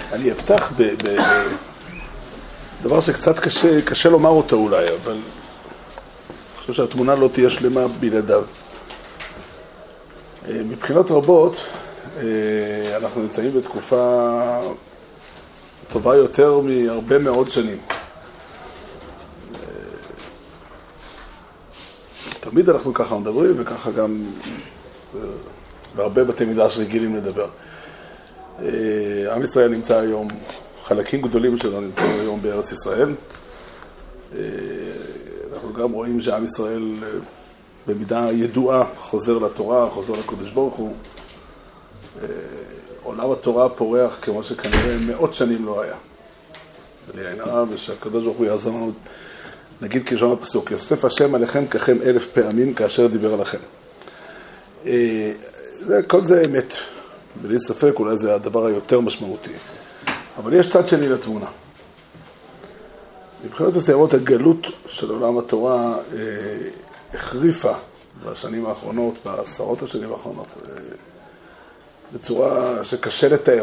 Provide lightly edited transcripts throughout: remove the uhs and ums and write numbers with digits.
אני אפתח בדבר שקצת קשה לומר אותו אולי, אבל אני חושב שהתמונה לא תהיה שלמה בלעדיו. מבחינות רבות, אנחנו נמצאים בתקופה טובה יותר מהרבה מאוד שנים. תמיד אנחנו ככה מדברים, וככה גם בהרבה בתי מדרש רגילים לדבר. עם ישראל נמצא היום, חלקים גדולים שלו נמצאים היום בארץ ישראל. אנחנו גם רואים שעם ישראל במידה ידועה חוזר לתורה, חוזר לקודש ברוך הוא. עולם התורה פורח כמו שכנראה מאות שנים לא היה. בלי עין הרע, ושהקדוש ברוך הוא יעזור לנו, נגיד כלשון הפסוק, יוסף השם עליכם ככם 1000 פעמים כאשר דיבר עליכם. כל זה אמת. בלי ספק, אולי זה הדבר היותר משמעותי. אבל יש צד שני לתמונה. מבחינות מסוימות, הגלות של עולם התורה החריפה בשנים האחרונות, בעשרות השנים האחרונות, בצורה שקשה לתאר.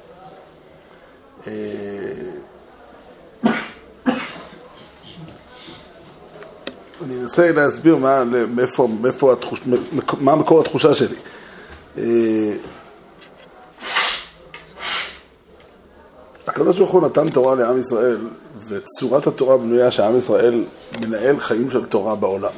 אני אנסה להסביר מה מקור התחושה שלי. הקדוש ברוך הוא נתן תורה לעם ישראל, וצורת התורה בנויה שעם ישראל מנהל חיים של תורה בעולם.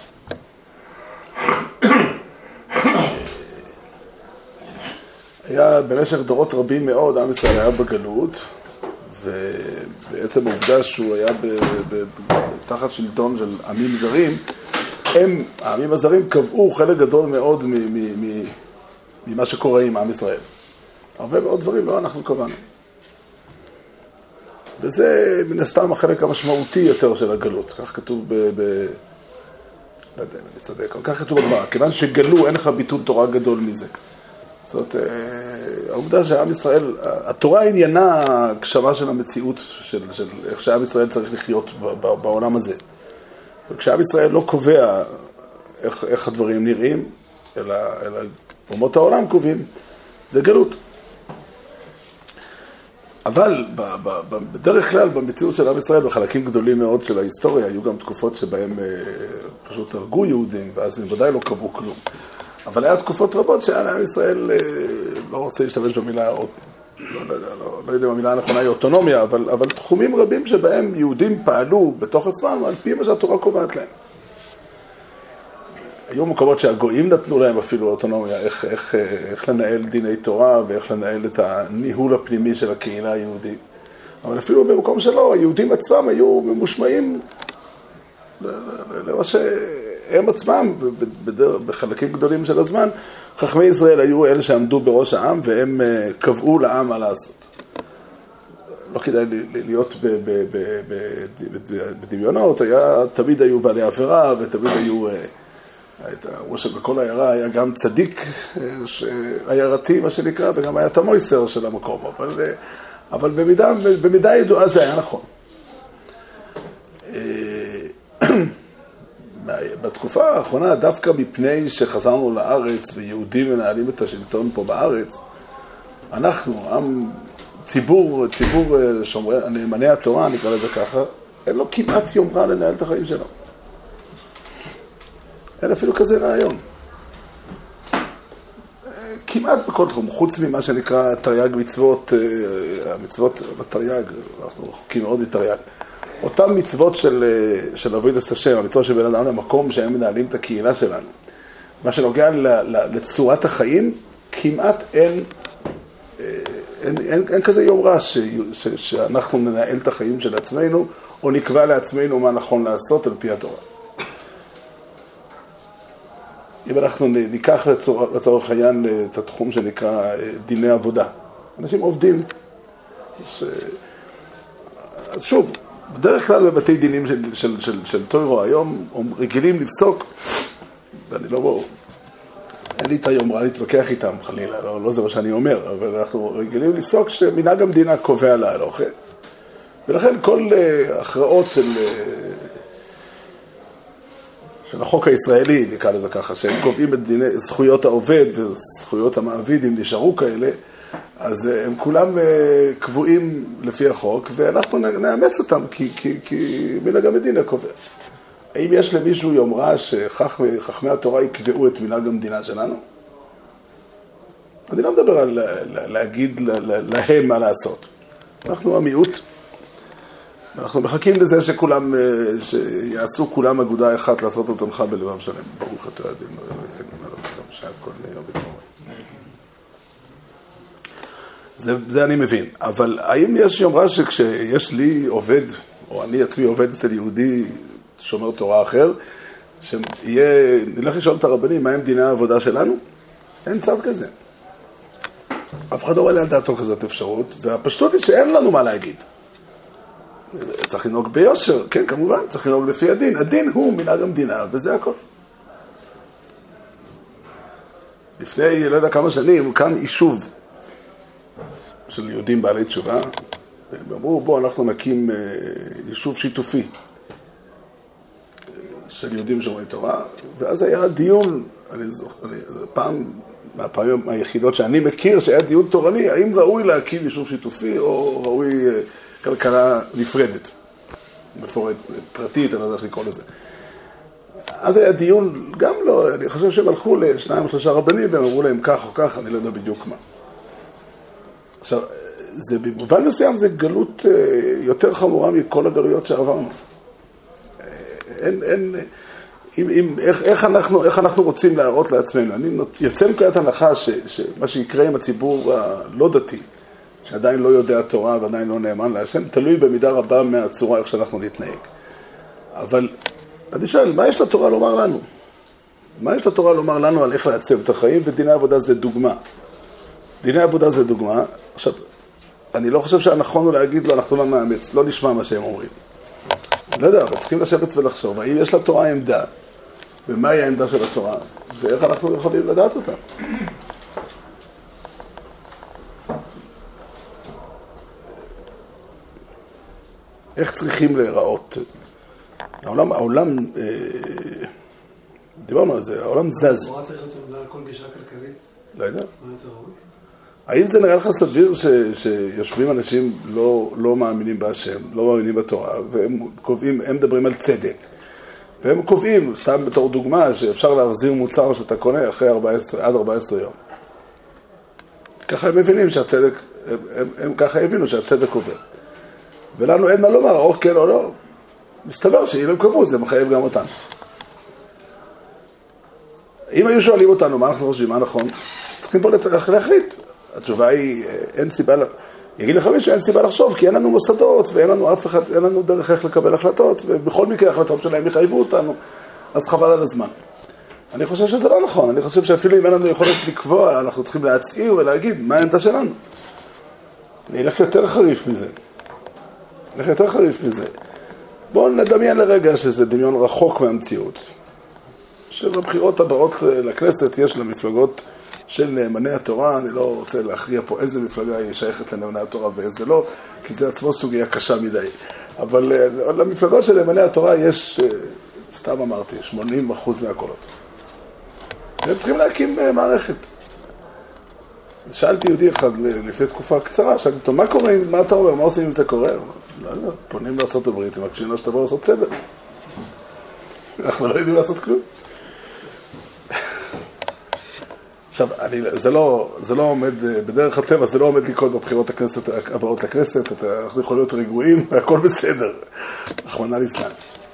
היה במשך דורות רבים מאוד, עם ישראל היה בגלות, ובעצם העובדה שהוא היה תחת שלטון של עמים זרים, העמים הזרים קבעו חלק גדול מאוד ממה שקורה עם עם ישראל. הרבה מאוד דברים לא אנחנו קבענו. וזה מן הסתם החלק המשמעותי יותר של הגלות. כך כתוב לא יודע, אני צודק, אבל כך כתוב בגמרא. כיוון שגלו, אין לך ביטול תורה גדול מזה. זאת אומרת, העובדה שעם ישראל, התורה עניינה הקשבה של המציאות, של איך שעם ישראל צריך לחיות בעולם הזה. וכשעם ישראל לא קובע איך הדברים נראים, אלא אומות העולם קובעים, זה גלות. אבל בדרך כלל במציאות של עם ישראל, בחלקים גדולים מאוד של ההיסטוריה, היו גם תקופות שבהם פשוט הרגו יהודים, ואז הם ודאי לא קבעו כלום. אבל היה תקופות רבות שעם ישראל, לא רוצה להשתמש במילה, לא יודע אם המילה הנכונה היא אוטונומיה, אבל תחומים רבים שבהם יהודים פעלו בתוך עצמם על פי מה שהתורה קובעת להם. היו מקומות שהגויים נתנו להם אפילו אוטונומיה, איך לנהל דיני תורה ואיך לנהל את הניהול הפנימי של הקהילה היהודית. אבל אפילו במקום שלו, היהודים עצמם היו ממושמעים למה שהם עצמם, בחלקים גדולים של הזמן, חכמי ישראל היו אלה שעמדו בראש העם והם קבעו לעם מה לעשות. לא כדאי להיות בדמיונות, תמיד היו בעלי עבירה ותמיד היו... ראש בכל העיירה היה גם צדיק עיירתי, מה שנקרא, וגם היה את המויסר של המקום, אבל במידה ידועה זה היה נכון. בתקופה האחרונה, דווקא מפני שחזרנו לארץ ויהודים מנהלים את השלטון פה בארץ, אנחנו, ציבור נאמני התורה, נקרא לזה ככה, אין לו כמעט יומרה לנהל את החיים שלו. אין אפילו כזה רעיון. כמעט בכל תחום, חוץ ממה שנקרא תרי"ג מצוות, המצוות בתרי"ג, אנחנו רחוקים מאוד מתרי"ג. אותם מצוות של עבודת השם, המצוות של בן אדם למקום שהם מנהלים את הקהילה שלנו. מה שנוגע לצורת החיים, כמעט אין כזה יומרה שאנחנו ננהל את החיים של עצמנו, או נקבע לעצמנו מה נכון לעשות על פי התורה. אם אנחנו ניקח לצורך העניין את התחום שנקרא דיני עבודה. אנשים עובדים. שוב, בדרך כלל בבתי דינים של תורה היום רגילים לפסוק, ואני לא... אין לי את היומרה להתווכח איתם חלילה, לא זה מה שאני אומר, אבל אנחנו רגילים לפסוק שמנהג המדינה קובע להלכה. ולכן כל הכרעות של החוק הישראלי, נקרא לזה ככה, שהם קובעים את דיני זכויות העובד וזכויות המעביד, אם נשארו כאלה, אז הם כולם קבועים לפי החוק, ואנחנו נאמץ אותם, כי מנהג המדינה קובע. האם יש למישהו יומרה שחכמי התורה יקבעו את מנהג המדינה שלנו? אני לא מדבר על להגיד להם מה לעשות. אנחנו המיעוט. אנחנו מחכים לזה שכולם, שיעשו כולם אגודה אחת לעשות אותמך בלבב שלם. ברוך אתה יודעים, שהכל יום בתמורה. זה אני מבין. אבל האם יש יומרה שכשיש לי עובד, או אני עצמי עובד אצל יהודי שומר תורה אחר, נלך לשאול את הרבנים, מה הם דיני העבודה שלנו? אין צד כזה. אף אחד לא רואה על דעתו כזאת אפשרות, והפשטות היא שאין לנו מה להגיד. צריך לנהוג ביושר, כן, כמובן, צריך לנהוג לפי הדין. הדין הוא מנהג המדינה, וזה הכל. לפני, לא יודע כמה שנים, קם יישוב של יהודים בעלי תשובה, והם אמרו, בוא, אנחנו נקים יישוב שיתופי של יהודים שומרי תורה, ואז היה דיון, מהפעמים היחידות שאני מכיר, שהיה דיון תורני, האם ראוי להקים יישוב שיתופי, או ראוי כלכלה נפרדת, מפורט, פרטית, אני לא יודע איך לקרוא לזה. אז היה דיון, גם לא, אני חושב שהם הלכו לשניים או שלושה רבנים, והם אמרו להם כך או כך, אני לא יודע בדיוק מה. עכשיו, זה במובן מסוים, זה גלות יותר חמורה מכל הגלויות שעברנו. איך אנחנו רוצים להראות לעצמנו? אני יוצא מנקודת הנחה שמה שיקרה עם הציבור הלא דתי, שעדיין לא יודע תורה ועדיין לא נאמן להשם, תלוי במידה רבה מהצורה איך שאנחנו נתנהג. אבל אני שואל, מה יש לתורה לומר לנו? מה יש לתורה לומר לנו על איך לעצב את החיים? ודיני עבודה זה דוגמה. דיני עבודה זה דוגמה. עכשיו, אני לא חושב שהנכון הוא להגיד לו, אנחנו לא מאמץ, לא נשמע מה שהם אומרים. לא יודע, אבל צריכים לשבת ולחשוב, האם יש לתורה עמדה, ומהי העמדה של התורה, ואיך אנחנו יכולים לדעת אותה. איך צריכים להיראות? העולם, דיברנו על זה, העולם זז. התורה צריך להיות עמדה על כל גישה כלכלית? לא יודע. מה יותר ראוי? האם זה נראה לך סביר שיושבים אנשים לא מאמינים בהשם, לא מאמינים בתורה, והם קובעים, הם מדברים על צדק, והם קובעים, סתם בתור דוגמה, שאפשר להחזיר מוצר שאתה קונה אחרי עד 14 יום. ככה הם מבינים שהצדק, הם ככה הבינו שהצדק עובר. ולנו אין מה לומר, או כן או לא. מסתבר שאם הם קבעו, זה מחייב גם אותנו. אם היו שואלים אותנו מה אנחנו חושבים, מה נכון, צריכים פה להחליט. התשובה היא, אין סיבה, יגיד לך מישהו, אין סיבה לחשוב, כי אין לנו מוסדות, ואין לנו אף אחד, אין לנו דרך איך לקבל החלטות, ובכל מקרה החלטות שלהם יחייבו אותנו, אז חבל על הזמן. אני חושב שזה לא נכון, אני חושב שאפילו אם אין לנו יכולת לקבוע, אנחנו צריכים להצעיר ולהגיד מה העמדה שלנו. אני אלך יותר חריף מזה. בואו נדמיין לרגע שזה דמיון רחוק מהמציאות. שבבחירות הבאות לכנסת יש למפלגות של נאמני התורה, אני לא רוצה להכריע פה איזה מפלגה היא שייכת לנאמני התורה ואיזה לא, כי זה עצמו סוגיה קשה מדי. אבל למפלגות של נאמני התורה יש, סתם אמרתי, 80% מהקולות. הם צריכים להקים מערכת. שאלתי יהודי אחד לפני תקופה קצרה, שאלתי אותו, מה קורה, מה אתה אומר, מה עושים אם זה קורה? לא יודע, פונים לארצות הברית, הם מקשיבים שתבוא לעשות סדר. אנחנו לא יודעים לעשות כלום. עכשיו, זה לא עומד, בדרך הטבע, זה לא עומד לקרות בבחירות הבאות לכנסת, אנחנו יכולים להיות רגועים, והכל בסדר. רחמנא ליצלן.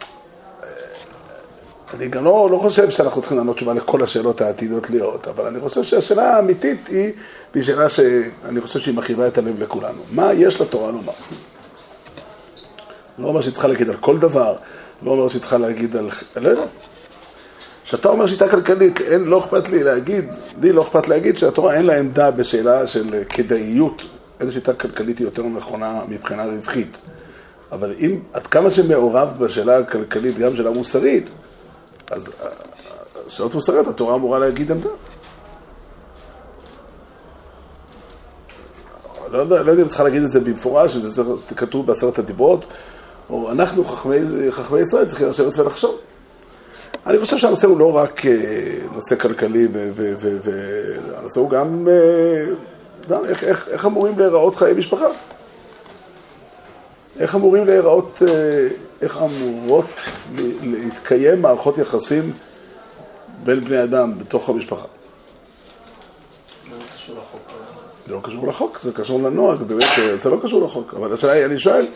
אני גם לא חושב שאנחנו צריכים לענות תשובה לכל השאלות העתידות להיות, אבל אני חושב שהשאלה האמיתית היא שאלה שאני חושב שהיא מכיבה את הלב לכולנו. מה יש לתורה לומר? לא אומר שהיא צריכה להגיד על כל דבר, לא אומר שהיא צריכה להגיד על... לא יודע. כשאתה אומר שיטה כלכלית, לא אכפת להגיד שהתורה אין לה עמדה בשאלה של כדאיות, איזו שיטה כלכלית היא יותר נכונה מבחינה רווחית. אבל אם עד כמה שמעורב בשאלה הכלכלית, גם שאלה מוסרית, אז שאלות מוסריות, התורה אמורה להגיד עמדה. לא יודע אם צריכה להגיד את זה במפורש, שזה כתוב בעשרת הדיברות, או אנחנו, חכמי ישראל, צריכים לשבת ולחשוב. אני חושב שהנושא הוא לא רק נושא כלכלי, והנושא הוא גם איך אמורים להיראות חיי משפחה? איך אמורים להיראות, איך אמורות להתקיים מערכות יחסים בין בני אדם בתוך המשפחה? לא קשור לחוק. זה לא קשור לחוק, זה קשור לנוהג, באמת, זה לא קשור לחוק. אבל השאלה היא, אני שואל...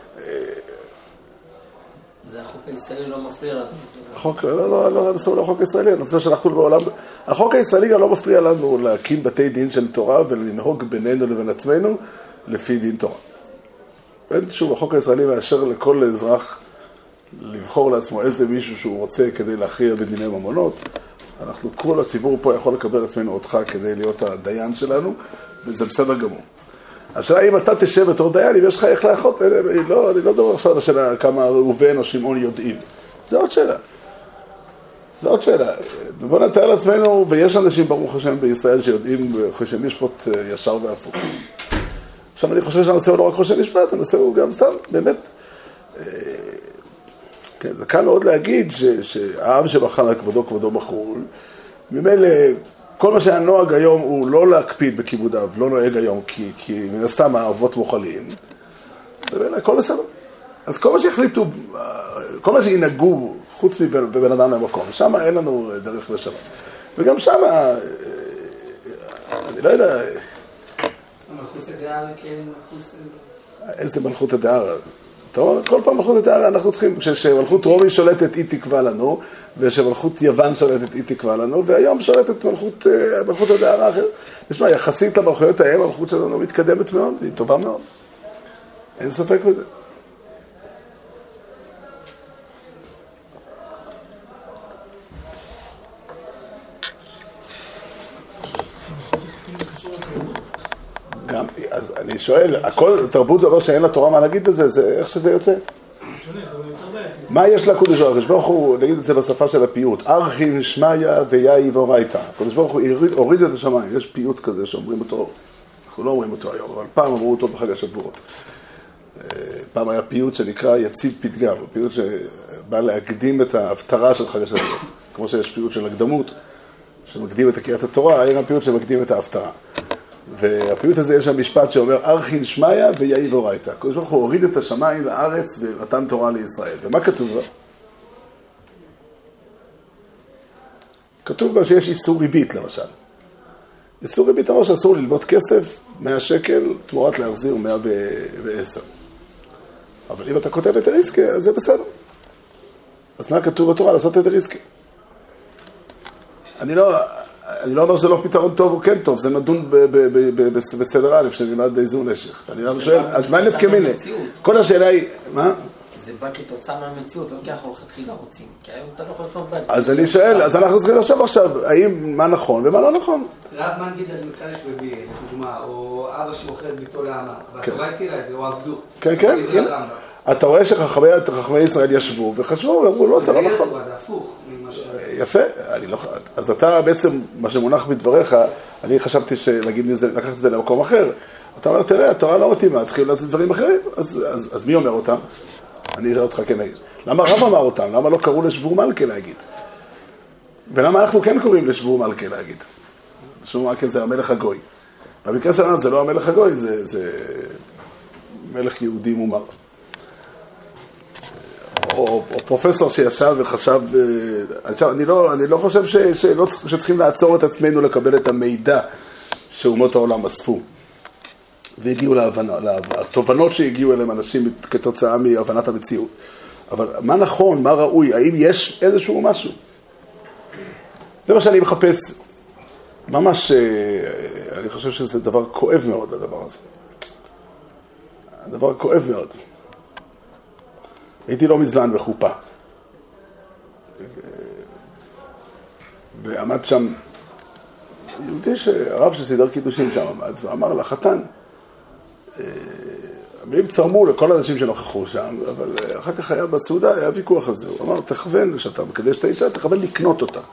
זה החוק הישראלי לא מפריע לנו. החוק, לא, זה לא החוק הישראלי, אני חושב שאנחנו בעולם... החוק הישראלי גם לא מפריע לנו להקים בתי דין של תורה ולנהוג בינינו לבין עצמנו לפי דין תורה. אין שוב, החוק הישראלי מאשר לכל אזרח לבחור לעצמו איזה מישהו שהוא רוצה כדי להכריע בדיני ממונות. אנחנו, כל הציבור פה יכול לקבל עצמנו אותך כדי להיות הדיין שלנו, וזה בסדר גמור. השאלה אם אתה תשב בתור דיין, אם יש לך איך לאחות, אני לא מדבר עכשיו לשאלה כמה ראובן או שמעון יודעים. זה עוד שאלה. זה עוד שאלה. בוא נתאר לעצמנו, ויש אנשים ברוך השם בישראל שיודעים חושן משפט ישר והפוך. עכשיו אני חושב שהנושא הוא לא רק חושן משפט, הנושא הוא גם סתם, באמת. כן, זה קל מאוד להגיד שהאב שבחר על כבודו, כבודו בחול. ממילא, כל מה שהנוהג היום הוא לא להקפיד בכיבודיו, לא נוהג היום, כי מן הסתם האבות מוכלים. ומילא, הכל בסדר. אז כל מה שהחליטו, כל מה שינהגו חוץ מבן אדם למקום, שם אין לנו דרך לשלם. וגם שם, אני לא יודע... מלכות הדעה, כן, איזה מלכות הדעה? טוב, כל פעם מלכות הדעה אנחנו צריכים, כשמלכות רומי שולטת היא תקבע לנו, ושמלכות יוון שולטת היא תקבע לנו, והיום שולטת מלכות הדעה האחר. נשמע, יחסית למלכויות האלה, המלכות שלנו מתקדמת מאוד, היא טובה מאוד. אין ספק בזה. גם, אז אני שואל, הכל תרבות זה אומר שאין לתורה מה להגיד בזה, זה איך שזה יוצא? מה יש לקודש ברוך הוא, נגיד את זה בשפה של הפיוט, ארכין שמיה ויהי ואורייתא. הקודש ברוך הוא הוריד את השמיים, יש פיוט כזה שאומרים אותו, אנחנו לא אומרים אותו היום, אבל פעם אמרו אותו בחג השבועות. פעם היה פיוט שנקרא יציב פתגם, פיוט שבא להקדים את ההפטרה של חג השבועות. כמו שיש פיוט של הקדמות, שמקדים את קריאת התורה, היה גם פיוט שמקדים את ההפטרה. והפיוט הזה יש שם משפט שאומר ארכין שמיה ויהי ואורייתא. הקדוש ברוך הוא הוריד את השמיים לארץ ונתן תורה לישראל. ומה כתוב בה? כתוב בה שיש איסור ריבית למשל. איסור ריבית אמר שאסור ללוות כסף 100 שקל תמורת להחזיר 110. אבל אם אתה כותב את הריסקה, אז זה בסדר. אז מה כתוב בתורה? לעשות את הריסקה. אני לא אומר שזה לא פתרון טוב או כן טוב, זה נדון בסדר א' שנלמד באיזון נשך. אני לא שואל, אז מה נפקא מיני? כל השאלה היא, מה? זה בא כתוצאה מהמציאות, לא כי אנחנו לכתחילה רוצים, כי היום אתה לא יכול לקנות בית. אז אני שואל, אז אנחנו צריכים לחשוב עכשיו, האם מה נכון ומה לא נכון? רב מנגיד על מקדש בבי, לדוגמה, או אבא שמוכר את ביתו לאמה, והתורה התירה את זה, או עבדות. כן, כן. אתה רואה שחכמי ישראל ישבו וחשבו, ואמרו, לא, זה לא נכון. זה הפוך ממה ש... יפה, אז אתה בעצם, מה שמונח בדבריך, אני חשבתי לקחת את זה למקום אחר. אתה אומר, תראה, התורה לא מתאימה, צריכים לעשות דברים אחרים, אז מי אומר אותם? אני אראה אותך כנגיד. למה רב אמר אותם? למה לא קראו לשבור מלכה להגיד? ולמה אנחנו כן קוראים לשבור מלכה להגיד? שבור מלכה זה המלך הגוי. במקרה שלנו זה לא המלך הגוי, זה מלך יהודי מומר. או פרופסור שישב וחשב, אני לא חושב שצריכים לעצור את עצמנו לקבל את המידע שאומות העולם אספו. והגיעו להבנה, התובנות שהגיעו אליהם אנשים כתוצאה מהבנת המציאות. אבל מה נכון, מה ראוי, האם יש איזשהו משהו? זה מה שאני מחפש. ממש, אני חושב שזה דבר כואב מאוד, הדבר הזה. הדבר כואב מאוד. הייתי לא מזמן בחופה. ועמד שם יהודי הרב שסידר קידושים שם עמד, ואמר לחתן, המילים צרמו לכל האנשים שנוכחו שם, אבל אחר כך היה בסעודה, היה ויכוח על זה. הוא אמר, תכוון, כשאתה מקדש את האישה, תכוון לקנות אותה.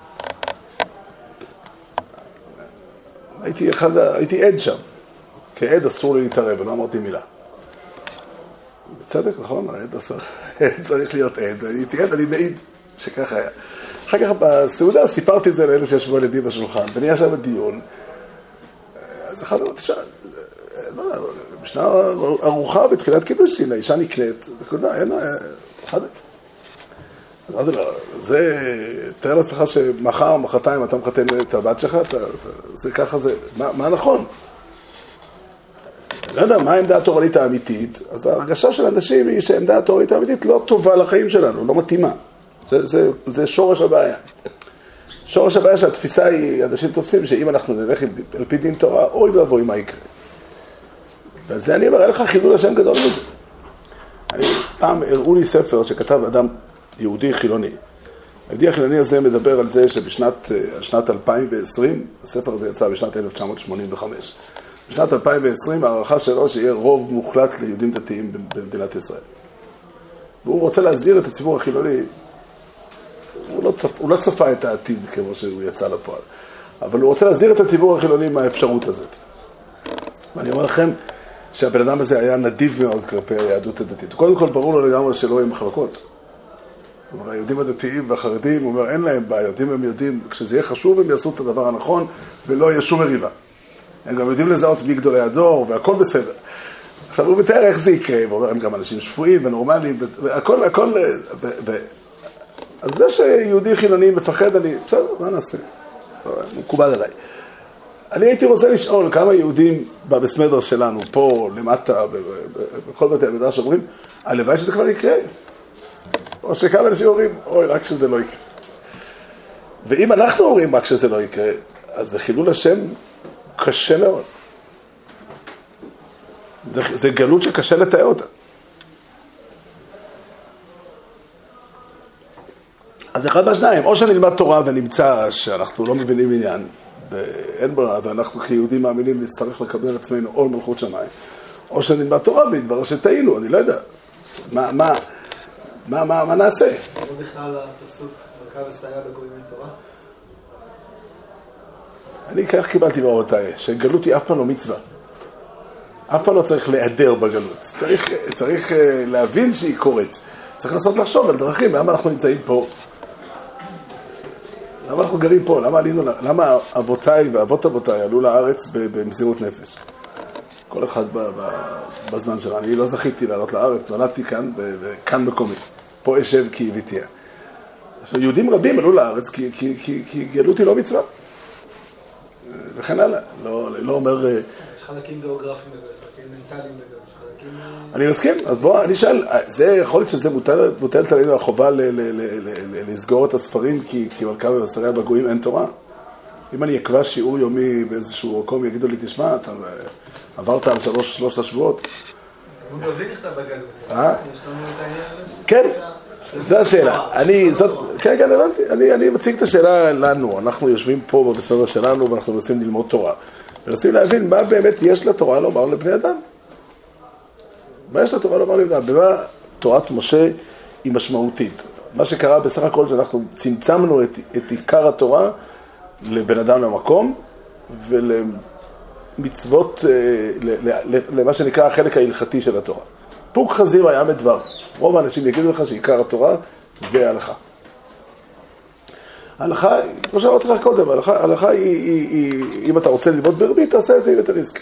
הייתי עד שם. כעד אסור לי להתערב, ולא אמרתי מילה. בצדק, נכון? העד אסור. צריך להיות עד. הייתי עד, אני מעיד שככה היה. אחר כך בסעודה סיפרתי את זה לאלה שישבו על ידי בשולחן, ונהיה שם בדיון. זה אחד, לא יודע, משנה ארוחה בתחילת קידושין, האישה נקנית, נקודה, אין, אחד. זה, תאר לעצמך שמחר, מחרתיים אתה מחתן את הבת שלך, זה ככה זה, מה נכון? לא יודע, מה העמדה התורנית האמיתית? אז ההרגשה של אנשים היא שהעמדה התורנית האמיתית לא טובה לחיים שלנו, לא מתאימה. זה שורש הבעיה. שורש הבעיה שהתפיסה היא, אנשים תופסים שאם אנחנו נלך על פי דין תורה, אוי ואבוי מה יקרה. וזה אני אומר, אין לך חילול השם גדול מזה. פעם הראו לי ספר שכתב אדם יהודי חילוני. היהודי החילוני הזה מדבר על זה שבשנת 2020, הספר הזה יצא בשנת 1985, בשנת 2020 הערכה שלו שיהיה רוב מוחלט ליהודים דתיים במדינת ישראל. והוא רוצה להסביר את הציבור החילוני, הוא לא צפה את העתיד כמו שהוא יצא לפועל, אבל הוא רוצה להסביר את הציבור החילוני מהאפשרות הזאת. ואני אומר לכם שהבן אדם הזה היה נדיב מאוד כלפי היהדות הדתית. קודם כל ברור לו לגמרי שלא יהיו מחלוקות. אומר, היהודים הדתיים והחרדים, הוא אומר, אין להם בעיות, אם הם יודעים, כשזה יהיה חשוב הם יעשו את הדבר הנכון ולא יהיה שום מריבה. הם גם יודעים לזהות מי גדולי הדור והכל בסדר. עכשיו הוא מתאר איך זה יקרה, הוא אומר, הם גם אנשים שפויים ונורמליים, והכל, אז זה שיהודי חילוני מפחד, בסדר, מה נעשה? מקובל עליי. אני הייתי רוצה לשאול כמה יהודים בבסמדר שלנו, פה, למטה, בכל בתי המדרש אומרים, הלוואי שזה כבר יקרה. או שכמה אנשים אומרים, אוי, רק שזה לא יקרה. ואם אנחנו אומרים רק שזה לא יקרה, אז זה חילול השם קשה מאוד. זה גלות שקשה לתאר אותה. אז אחד מהשניים, או שנלמד תורה ונמצא שאנחנו לא מבינים עניין, ואין ברירה, ואנחנו כיהודים מאמינים נצטרך לקבל עצמנו עול מלכות שמיים, או שנלמד תורה והתברר שטעינו, אני לא יודע. מה נעשה? לא בכלל הפסוק, מלכה ושרה בגויים אין תורה? אני כך קיבלתי ברבותיי, שגלות היא אף פעם לא מצווה. אף פעם לא צריך להיעדר בגלות. צריך להבין שהיא קורית. צריך לנסות לחשוב על דרכים, למה אנחנו נמצאים פה? למה אנחנו גרים פה? למה אבותיי ואבות אבותיי עלו לארץ במסירות נפש? כל אחד בזמן שלנו. אני לא זכיתי לעלות לארץ, נולדתי כאן וכאן מקומי. פה אשב כי הביתיה. עכשיו, יהודים רבים עלו לארץ כי גלות היא לא מצווה. וכן הלאה. לא אומר... יש חלקים גיאוגרפיים לגבי, חלקים מנטליים לגבי, חלקים... אני מסכים, אז בוא, אני שאל, זה יכול להיות שזה מוטלת עלינו החובה לסגור את הספרים כי מלכה ושריה בגויים אין תורה? אם אני אקבע שיעור יומי באיזשהו מקום, יגידו לי, תשמע, אתה עברת על שלושת השבועות. הוא מבין נכתב בגלות. יש לנו את העניין הזה? כן, זו השאלה. כן, הבנתי. אני מציג את השאלה לנו. אנחנו יושבים פה בסדר שלנו ואנחנו מנסים ללמוד תורה. מנסים להבין מה באמת יש לתורה לומר לבני אדם. מה יש לתורה לומר לבני אדם? במה תורת משה היא משמעותית. מה שקרה בסך הכל שאנחנו צמצמנו את עיקר התורה לבן אדם למקום ולמצוות, למה שנקרא החלק ההלכתי של התורה. פוק חזיר היה מדבר. רוב האנשים יגידו לך שעיקר התורה זה ההלכה. ההלכה, כמו שאמרתי לך קודם, ההלכה היא, אם אתה רוצה ללמוד ברבית, תעשה את זה אם אתה ריסק.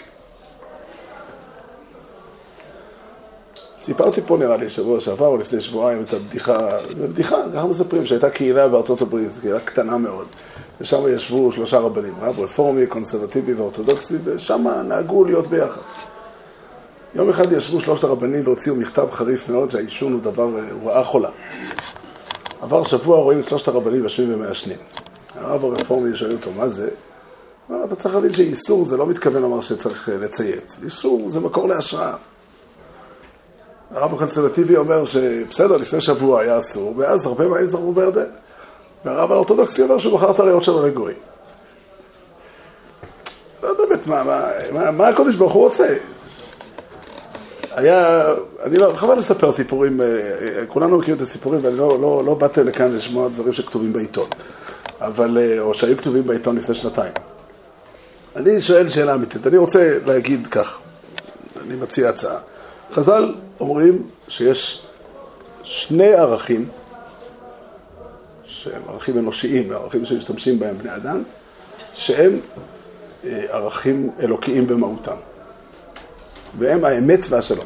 סיפרתי פה נראה לי שבוע שעבר או לפני שבועיים את הבדיחה, זו בדיחה, ככה מספרים שהייתה קהילה בארצות הברית, קהילה קטנה מאוד, ושם ישבו 3 רבנים, רב רפורמי, קונסרבטיבי ואורתודוקסי, ושם נהגו להיות ביחד. יום אחד ישבו 3 הרבנים והוציאו מכתב חריף מאוד שהעישון הוא דבר, הוא רעה חולה. עבר שבוע, רואים את 3 הרבנים יושבים ומעשנים. הרב הרפורמי שואל אותו, מה זה? אומר, אתה צריך להבין שאיסור זה לא מתכוון לומר שצריך לצייץ. איסור זה מקור להשראה. הרב הקונסרבטיבי אומר שבסדר, לפני שבוע היה אסור, ואז הרבה מים זרמו בירדן. והרב האורתודוקסי אומר שהוא בחר את הראיות שלו לגוי. לא באמת, מה הקודש ברוך הוא רוצה? אני לא, חבל לספר סיפורים, כולנו מכירים את הסיפורים, ואני לא באתי לכאן לשמוע דברים שכתובים בעיתון, או שהיו כתובים בעיתון לפני 2 אני שואל שאלה אמיתית, אני רוצה להגיד כך, אני מציע הצעה. חז"ל אומרים שיש 2 ערכים, שהם ערכים אנושיים, ערכים שמשתמשים בהם בני אדם, שהם ערכים אלוקיים במהותם. והם האמת והשלום.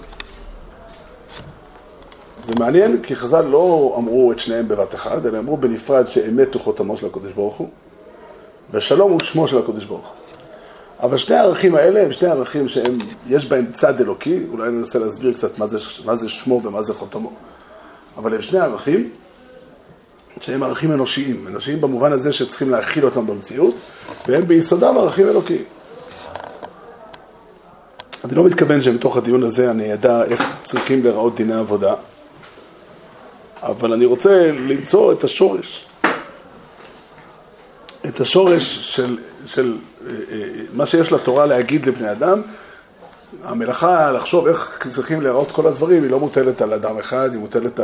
זה מעניין, כי חז"ל לא אמרו את שניהם בבת אחד, אלא אמרו בנפרד שאמת הוא חותמו של הקדוש ברוך הוא, ושלום הוא שמו של הקדוש ברוך הוא. אבל שני הערכים האלה הם שני ערכים שיש בהם צד אלוקי, אולי ננסה להסביר קצת מה זה שמו ומה זה חותמו. אבל הם שני ערכים שהם ערכים אנושיים, אנושיים במובן הזה שצריכים להכיל אותם במציאות, והם ביסודם ערכים אלוקיים. אני לא מתכוון שבתוך הדיון הזה אני אדע איך צריכים לראות דיני עבודה, אבל אני רוצה למצוא את השורש. את השורש של מה שיש לתורה להגיד לבני אדם. המלאכה לחשוב איך צריכים להראות כל הדברים, היא לא מוטלת על אדם אחד, היא מוטלת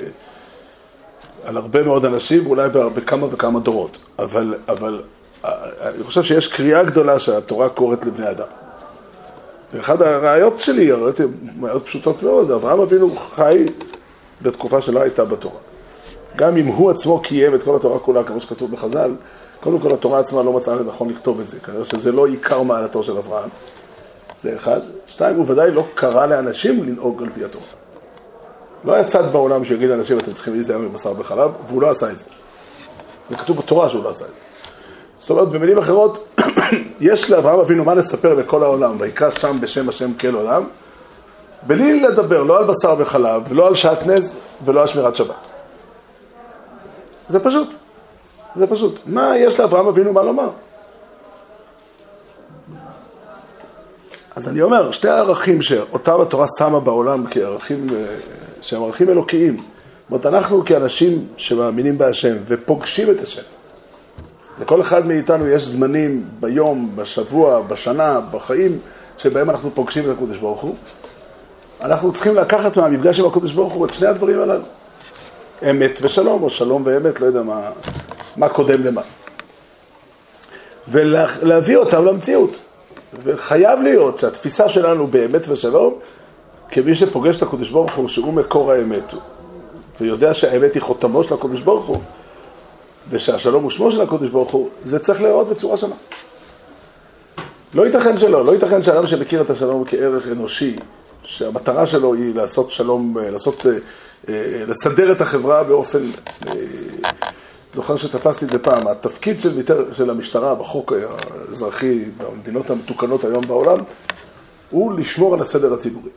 על הרבה מאוד אנשים, ואולי בכמה וכמה דורות. אבל אני חושב שיש קריאה גדולה שהתורה קוראת לבני אדם. ואחד הראיות שלי, הראיות מאוד פשוטות מאוד, אברהם אבינו חי בתקופה שלא הייתה בתורה. גם אם הוא עצמו קיים את כל התורה כולה, כמו שכתוב בחז"ל, קודם כל התורה עצמה לא מצאה לנכון לכתוב את זה, כנראה שזה לא עיקר מעלתו של אברהם. זה אחד. שתיים, הוא ודאי לא קרא לאנשים לנהוג על פי התורה. לא היה צד בעולם שיגיד לאנשים, אתם צריכים להיזהר מבשר וחלב, והוא לא עשה את זה. זה כתוב בתורה שהוא לא עשה את זה. זאת אומרת, במילים אחרות, יש לאברהם אבינו מה לספר לכל העולם, ויקרא שם בשם השם כל עולם, בלי לדבר לא על בשר וחלב, ולא על שעטנז, ולא על שמירת שבת. זה פשוט. זה פשוט. מה יש לאברהם אבינו מה לומר? אז אני אומר, שתי הערכים שאותם התורה שמה בעולם כערכים, שהם ערכים אלוקיים. זאת אומרת, אנחנו כאנשים שמאמינים בהשם ופוגשים את השם. לכל אחד מאיתנו יש זמנים ביום, בשבוע, בשנה, בחיים, שבהם אנחנו פוגשים את הקדוש ברוך הוא. אנחנו צריכים לקחת מהמפגש עם הקדוש ברוך הוא את שני הדברים הללו. אמת ושלום, או שלום ואמת, לא יודע מה קודם למה. ולהביא אותם למציאות. וחייב להיות שהתפיסה שלנו באמת ושלום, כמי שפוגש את הקדוש ברוך הוא, שהוא מקור האמת, ויודע שהאמת היא חותמו של הקדוש ברוך הוא, ושהשלום הוא שמו של הקדוש ברוך הוא, זה צריך להיראות בצורה שונה. לא ייתכן שלא, לא ייתכן שאדם שמכיר את השלום כערך אנושי, שהמטרה שלו היא לעשות שלום, לסדר את החברה באופן, זוכר שתפסתי את זה פעם, התפקיד של המשטרה בחוק האזרחי, במדינות המתוקנות היום בעולם, הוא לשמור על הסדר הציבורי.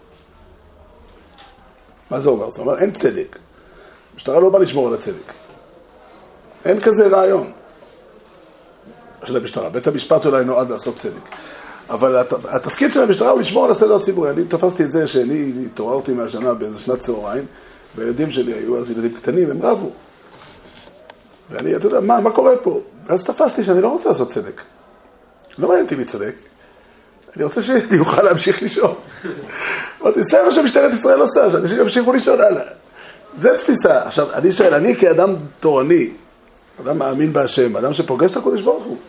מה זה אומר? זאת אומרת, אין צדק. המשטרה לא באה לשמור על הצדק. אין כזה רעיון של המשטרה. בית המשפט אולי נועד לעשות צדק. אבל התפקיד של המשטרה הוא לשמור על הסדר הציבורי. אני תפסתי את זה שאני התעוררתי מהשנה באיזה שנת צהריים, והילדים שלי היו אז ילדים קטנים, הם רבו. ואני, אתה יודע, מה קורה פה? אז תפסתי שאני לא רוצה לעשות צדק. לא מעניין אותי מי צדק. אני רוצה שאני אוכל להמשיך לישון. אמרתי, זה מה שמשטרת ישראל עושה, שאנשים ימשיכו לישון הלאה. זה תפיסה. עכשיו, אני שואל, אני כאדם תורני, אדם מאמין בהשם, אדם שפוגש את הקדוש ברוך הוא.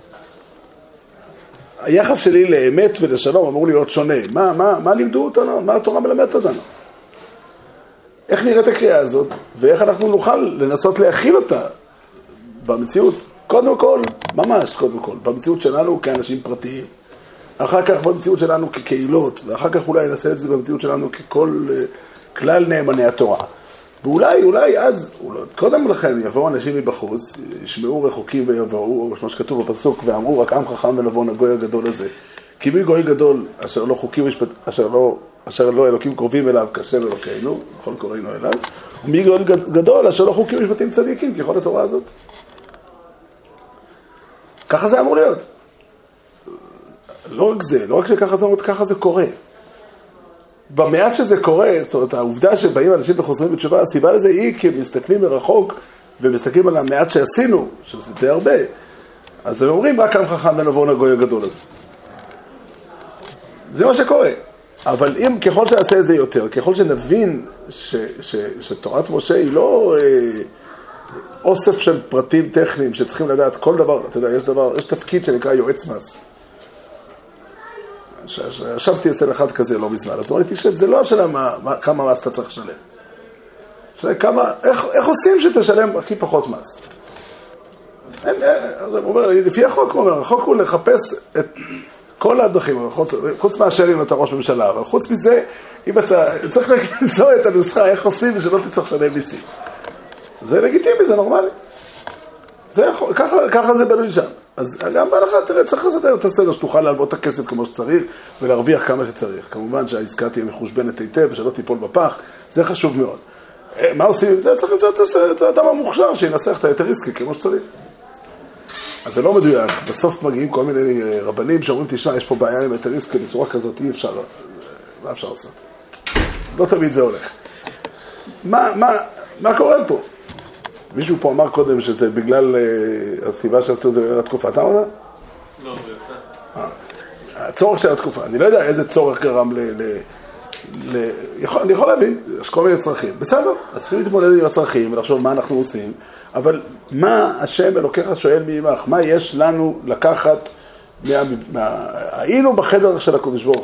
היחס שלי לאמת ולשלום אמור להיות שונה. מה לימדו אותנו? מה התורה מלמדת אותנו? איך נראית הקריאה הזאת, ואיך אנחנו נוכל לנסות להכיל אותה במציאות? קודם כל, ממש קודם כל, במציאות שלנו כאנשים פרטיים. אחר כך במציאות שלנו כקהילות, ואחר כך אולי נעשה את זה במציאות שלנו ככל כלל נאמני התורה. ואולי אז, קודם לכן יבואו אנשים מבחוץ, ישמעו רחוקים ויבואו, כמו שכתוב בפסוק, ואמרו רק עם חכם ונבון הגוי הגדול הזה. כי מי גוי גדול אשר לא חוקים אשר לא אלוקים קרובים אליו כאשר אלוקינו, בכל קוראינו אליו, ומי גוי גדול אשר לא חוקים משפטים צדיקים, ככל התורה הזאת. ככה זה אמור להיות. לא רק זה, לא רק שככה זה אמור, ככה זה קורה. במעט שזה קורה, זאת אומרת, העובדה שבאים אנשים וחוזרים בתשובה, הסיבה לזה היא כי הם מסתכלים מרחוק ומסתכלים על המעט שעשינו, שזה די הרבה. אז הם אומרים, רק עם חכם ונבון הגוי הגדול הזה. זה מה שקורה. אבל אם, ככל שנעשה את זה יותר, ככל שנבין שתורת משה היא לא אוסף של פרטים טכניים שצריכים לדעת כל דבר, אתה יודע, יש תפקיד שנקרא יועץ מס. ישבתי אצל אחד כזה לא מזמן, אז אמרתי שזה לא השאלה כמה מס אתה צריך לשלם. השאלה איך עושים שתשלם הכי פחות מס? הוא אומר, לפי החוק, הוא אומר, החוק הוא לחפש את כל הדרכים, חוץ מאשר אם אתה ראש ממשלה, אבל חוץ מזה, אם אתה צריך למצוא את הנוסחה, איך עושים ושלא תצטרך לשלם מיסים. זה לגיטימי, זה נורמלי. ככה זה בנוי שם. אז גם בהלכה, תראה, צריך לסדר את הסדר, שתוכל להלוות את הכסף כמו שצריך, ולהרוויח כמה שצריך. כמובן שהעסקה תהיה מחושבנת היטב, ושלא תיפול בפח, זה חשוב מאוד. מה עושים עם זה? צריך למצוא את האדם המוכשר, שינסח את היתר עסקי כמו שצריך. אז זה לא מדויק. בסוף מגיעים כל מיני רבנים שאומרים, תשמע, יש פה בעיה עם היתר עסקי, בצורה כזאת אי אפשר, מה אפשר לעשות? לא תמיד זה הולך. מה קורה פה? מישהו פה אמר קודם שזה בגלל הסיבה שעשו את זה בגלל התקופה. אתה אמרת? לא, זה יצא. הצורך של התקופה. אני לא יודע איזה צורך גרם אני יכול להבין, יש כל מיני צרכים. בסדר, אז צריכים להתמודד עם הצרכים ולחשוב מה אנחנו עושים, אבל מה השם אלוקיך שואל מעמך? מה יש לנו לקחת היינו בחדר של הקדוש ברוך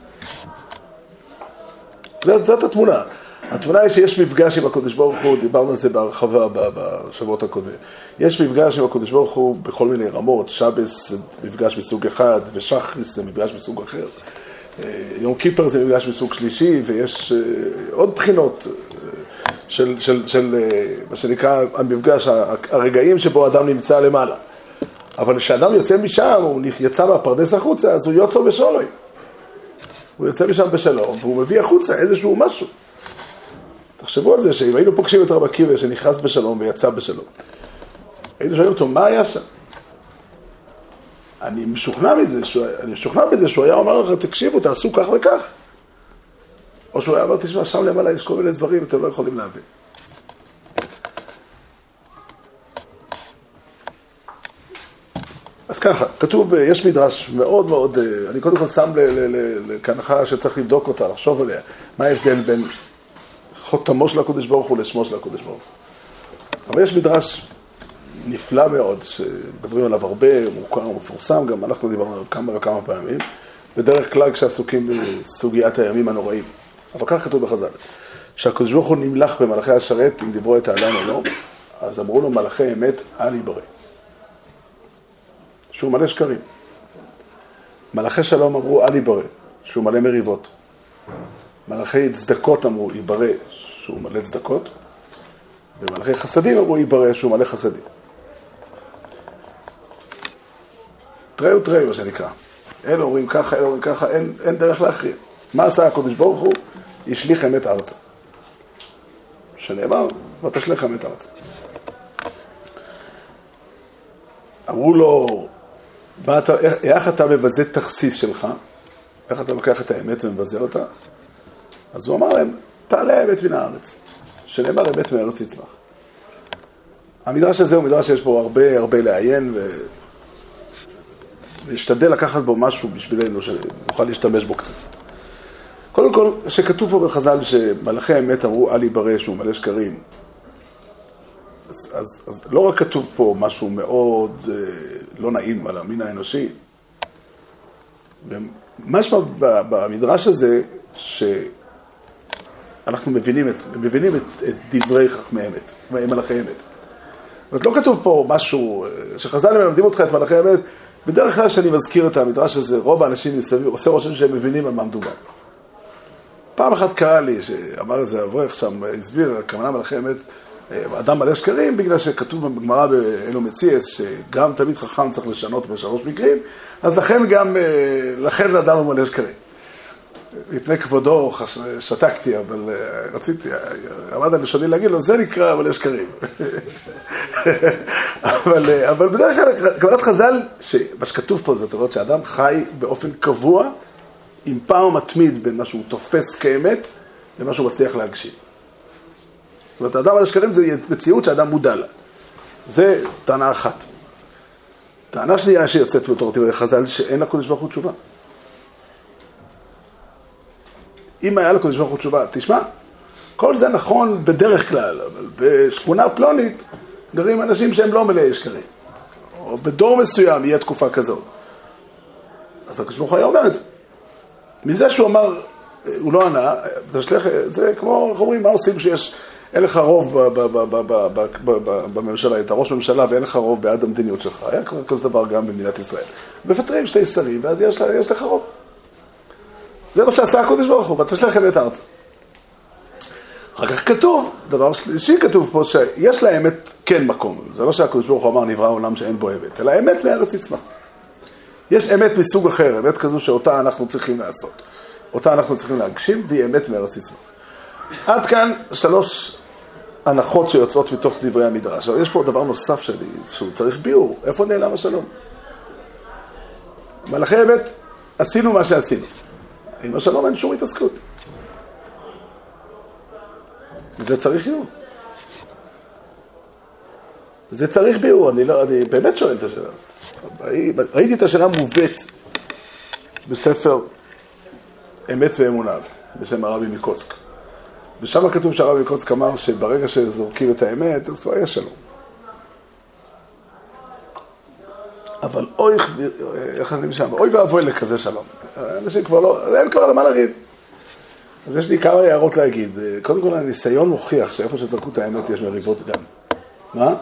הוא. זאת התמונה. התמונה היא שיש מפגש עם הקדוש ברוך הוא, דיברנו על זה בהרחבה בשבועות הקודמים. יש מפגש עם הקדוש ברוך הוא בכל מיני רמות, שבס זה מפגש מסוג אחד, ושחריס זה מפגש מסוג אחר. יום כיפר זה מפגש מסוג שלישי, ויש עוד בחינות של מה שנקרא המפגש, הרגעים שבו האדם נמצא למעלה. אבל כשאדם יוצא משם, הוא יצא מהפרדס החוצה, אז הוא יוצא בשלום. הוא יוצא משם בשלום, והוא מביא החוצה איזשהו משהו. תחשבו על זה, שאם היינו פוגשים את רב עקיבא שנכנס בשלום ויצא בשלום, היינו שואלים אותו, מה היה שם? אני משוכנע בזה שהוא היה אומר לך, תקשיבו, תעשו כך וכך. או שהוא היה אומר, תשמע, שם למעלה יש כל מיני דברים, אתם לא יכולים להבין. אז ככה, כתוב, יש מדרש מאוד מאוד, אני קודם כל שם כהנחה שצריך לבדוק אותה, לחשוב עליה, מה ההבדל בין חותמו של הקדוש ברוך הוא לשמו של הקדוש ברוך הוא. אבל יש מדרש נפלא מאוד, שמדברים עליו הרבה, מוכר ומפורסם, גם אנחנו דיברנו עליו כמה וכמה פעמים, בדרך כלל כשעסוקים בסוגיית הימים הנוראים. אבל כך כתוב בחז"ל, שהקדוש ברוך הוא נמלך במלאכי השרת, אם דיברו את האדם או לא, אז אמרו לו מלאכי אמת, אל יברא. שהוא מלא שקרים. מלאכי שלום אמרו, אל יברא, שהוא מלא מריבות. מלאכי צדקות אמרו, יברא, שהוא מלא צדקות. ומלאכי חסדים אמרו, יברא, שהוא מלא חסדים. תראו תראו, מה שנקרא. אלה אומרים ככה, אלה אומרים ככה, אין דרך להכריע. מה עשה הקדוש ברוך הוא? ישליך אמת ארצה. שנאמר, ותשליך אמת ארצה. אמרו לו, איך אתה מבזה תכסיס שלך? איך אתה לוקח את האמת ומבזה אותה? אז הוא אמר להם, תעלה האמת מן הארץ. שנאמר אמת מן הארץ תצמח. המדרש הזה הוא מדרש שיש בו הרבה לעיין, ולהשתדל לקחת בו משהו בשבילנו, שנוכל להשתמש בו קצת. קודם כל, שכתוב פה בחז"ל שמלאכי האמת אמרו, אל יברא שהוא מלא שקרים. אז לא רק כתוב פה משהו מאוד לא נעים על המין האנושי, ומשמע במדרש הזה שאנחנו מבינים את דברי חכמי אמת, מלאכי אמת. זאת אומרת, לא כתוב פה משהו, שחז"ל מלמדים אותך את מלאכי אמת, בדרך כלל שאני מזכיר את המדרש הזה, רוב האנשים מסביב עושה רושם שהם מבינים על מה מדובר. פעם אחת קרה לי שאמר איזה אברך שם, הסביר, הכוונה מלאכי אמת, אדם מלא שקרים, בגלל שכתוב בגמרא באלו מציאס, שגם תמיד חכם צריך לשנות בשלוש מקרים, אז לכן אדם הוא מלא שקרים. מפני כבודו שתקתי, אבל רציתי, עמד על לשוני להגיד לו, זה נקרא מלא שקרים. אבל בדרך כלל, כוונת חז"ל, מה שכתוב פה, זאת אומרת שאדם חי באופן קבוע, עם פער מתמיד בין מה שהוא תופס כאמת, למה שהוא מצליח להגשים. זאת אומרת, האדם על השקרים זה מציאות שהאדם מודע לה. זה טענה אחת. טענה שנייה שיוצאת בתור דברי חז"ל, שאין לקדוש ברוך הוא תשובה. אם היה לקדוש ברוך הוא תשובה, תשמע, כל זה נכון בדרך כלל, אבל בשכונה פלונית גרים אנשים שהם לא מלאי שקרים. או בדור מסוים יהיה תקופה כזאת. אז הקדוש ברוך הוא היה אומר את זה. מזה שהוא אמר, הוא לא ענה, זה כמו, איך אומרים, מה עושים כשיש אין לך רוב בממשלה, אתה ראש ממשלה ואין לך רוב בעד המדיניות שלך. היה כבר כזה דבר גם במדינת ישראל. מפטרים 2 שרים, ואז יש לך רוב. זה מה שעשה הקודש ברוך הוא, ותשלח אל את הארץ. אחר כך כתוב, דבר שלישי כתוב פה, שיש לאמת כן מקום. זה לא שהקודש ברוך הוא אמר נברא עולם שאין בו אמת, אלא אמת מארץ יצמח. יש אמת מסוג אחר, אמת כזו שאותה אנחנו צריכים לעשות. אותה אנחנו צריכים להגשים, והיא אמת מארץ יצמח. עד כאן 3 הנחות שיוצאות מתוך דברי המדרש. אבל יש פה דבר נוסף שלי, שהוא צריך ביאור. איפה נעלם השלום? מלאכי אמת, עשינו מה שעשינו. עם השלום אין שום התעסקות. וזה צריך ביאור. זה צריך ביאור. אני באמת שואל את השאלה הזאת. ראיתי את השאלה מובאת בספר אמת ואמונה, בשם הרבי מקוצק. ושם כתוב שהרבי מקוצק אמר שברגע שזורקים את האמת, אז כבר יש שלום. אבל איך אני משם? אוי ואבוי לכזה שלום. אנשים כבר לא, אין כבר למה לריב. אז יש לי כמה הערות להגיד. קודם כל, הניסיון מוכיח שאיפה שזרקו את האמת יש מריבות גם. מה?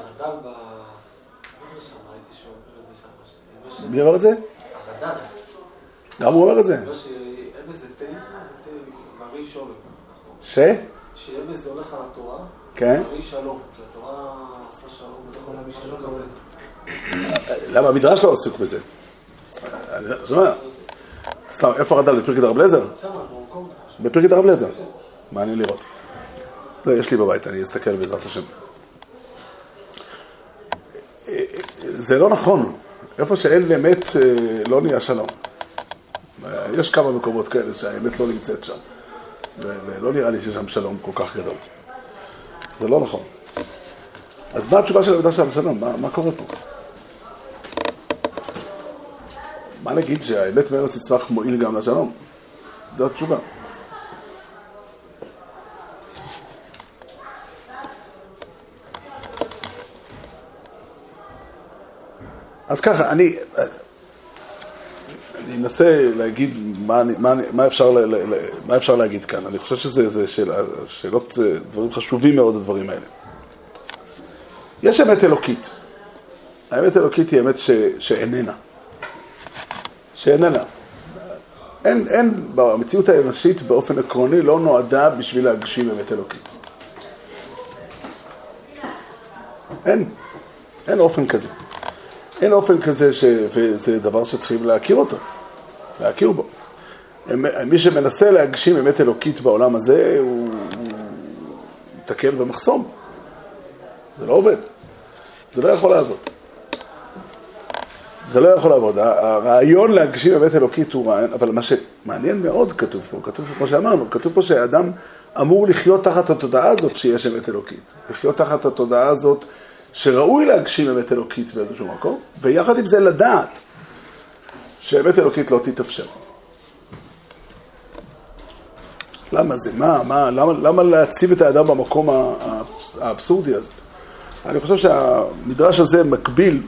מי אומר את זה? הרד"ל. גם הוא אומר את זה? לא, שיהיה בזה תה מרי שולם. שיהיה בזה הולך על התורה, כן? מרי שלום, כי התורה עשה שלום, אתה יכול להביא שלום כזה. למה המדרש לא עסוק בזה? סתם, איפה הרד"ל? בפרקי דרב אליעזר? שם, במקום. בפרקי דרב אליעזר. מעניין לראות. לא, יש לי בבית, אני אסתכל בעזרת השם. זה לא נכון. איפה שאין אמת לא נהיה שלום. יש כמה מקומות כאלה שהאמת לא נמצאת שם. ולא נראה לי ששם שלום כל כך גדול. זה לא נכון. אז מה התשובה של המדרש של שלום? מה קורה פה? מה נגיד שהאמת מארץ יצמח מועיל גם לשלום? זו התשובה. אז ככה, אני אנסה להגיד מה אפשר להגיד כאן. אני חושב שזה שאלות, דברים חשובים מאוד, הדברים האלה. יש אמת אלוקית. האמת אלוקית היא אמת שאיננה. אין במציאות האנושית באופן עקרוני לא נועדה בשביל להגשים אמת אלוקית. אין אופן כזה. אין אופן כזה וזה דבר שצריכים להכיר אותו. להכיר בו. מי שמנסה להגשים אמת אלוקית בעולם הזה, הוא מתקל במחסום. זה לא עובד. זה לא יכול לעבוד. זה לא יכול לעבוד. הרעיון להגשים אמת אלוקית הוא רעיון, אבל מה שמעניין מאוד כתוב פה, כמו שאמרנו, כתוב פה שהאדם אמור לחיות תחת התודעה הזאת שיש אמת אלוקית. לחיות תחת התודעה הזאת שראוי להגשים אמת אלוקית באיזשהו מקום, ויחד עם זה לדעת שאמת אלוקית לא תתאפשר. למה זה? למה להציב את האדם במקום האבסורדי הזה? אני חושב שהמדרש הזה מקביל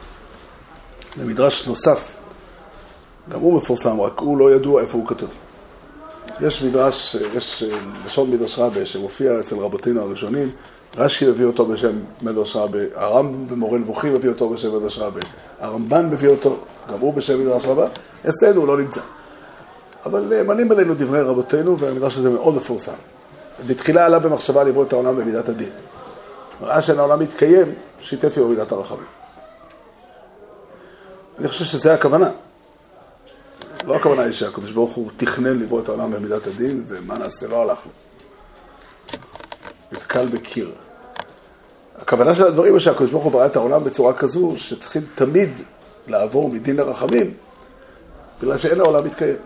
למדרש נוסף. גם הוא מפורסם, רק הוא לא ידוע איפה הוא כתוב. יש מדרש, יש לשון מדרש רבה שמופיע אצל רבותינו הראשונים, רש"י הביא אותו בשם מדרש רבה, הרמב"ם במורה נבוכים הביא אותו בשם מדרש רבה, הרמב"ן מביא אותו, גם הוא בשם מדרש רבה, אצלנו הוא לא נמצא. אבל מנים עלינו דברי רבותינו, והמדרש הזה מאוד מפורסם. בתחילה עלה במחשבה לברוא את העולם במידת הדין. ראה שאין העולם מתקיים, שיתף עם מידת הרחמים. אני חושב שזה הכוונה. לא הכוונה היא שהקדוש ברוך הוא תכנן לברוא את העולם במידת הדין, ומה נעשה? לא הלך לו. נתקל בקיר. הכוונה של הדברים היא שהקדוש ברוך הוא ברא את העולם בצורה כזו, שצריכים תמיד לעבור מדין לרחמים, בגלל שאין העולם מתקיים.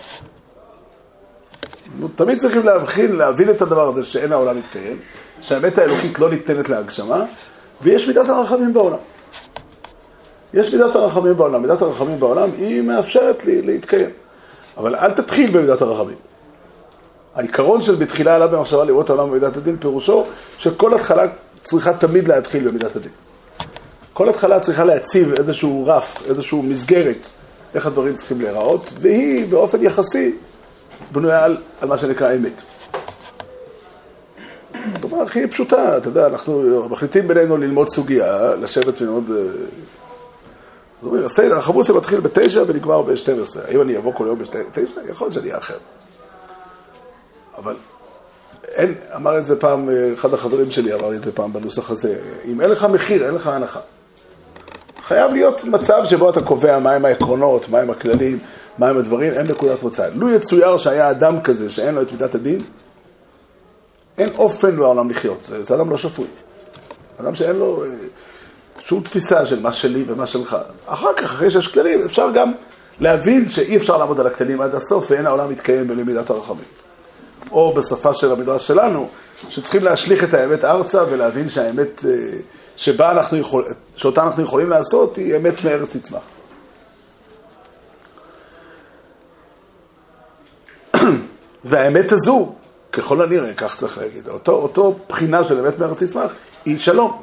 תמיד צריכים להבין את הדבר הזה שאין העולם מתקיים, שהאמת האלוקית לא ניתנת להגשמה, ויש מידת הרחמים בעולם. יש מידת הרחמים בעולם. מידת הרחמים בעולם היא מאפשרת לי להתקיים. אבל אל תתחיל במידת הרחמים. העיקרון של בתחילה עלה במחשבה לראות העולם במידת הדין, פירושו שכל התחלה צריכה תמיד להתחיל במידת הדין. כל התחלה צריכה להציב איזשהו רף, איזשהו מסגרת, איך הדברים צריכים להיראות, והיא באופן יחסי בנויה על מה שנקרא אמת. זאת אומרת, הכי פשוטה, אתה יודע, אנחנו מחליטים בינינו ללמוד סוגיה, לשבת וללמוד... אז אומרים, הסדר, החבוסה מתחיל ב-9 ונגמר ב-12. האם אני אבוא כל יום ב-9? יכול להיות שאני אהיה אחר. אבל אין, אמר את זה פעם, אחד החברים שלי אמר את זה פעם בנוסח הזה, אם אין לך מחיר, אין לך הנחה. חייב להיות מצב שבו אתה קובע מהם העקרונות, מהם הכללים, מהם הדברים, אין נקודת מוצא. לו יצויר שהיה אדם כזה שאין לו את מידת הדין, אין אופן בעולם לחיות. זה אדם לא שפוי. אדם שאין לו שום תפיסה של מה שלי ומה שלך. אחר כך, אחרי שיש כללים, אפשר גם להבין שאי אפשר לעמוד על הכללים עד הסוף, ואין העולם מתקיים בלמידת הרחמים. או בשפה של המדרש שלנו, שצריכים להשליך את האמת ארצה ולהבין שהאמת שאותה אנחנו יכולים לעשות היא אמת מארץ תצמח. והאמת הזו, ככל הנראה, כך צריך להגיד, אותו בחינה של אמת מארץ תצמח היא שלום.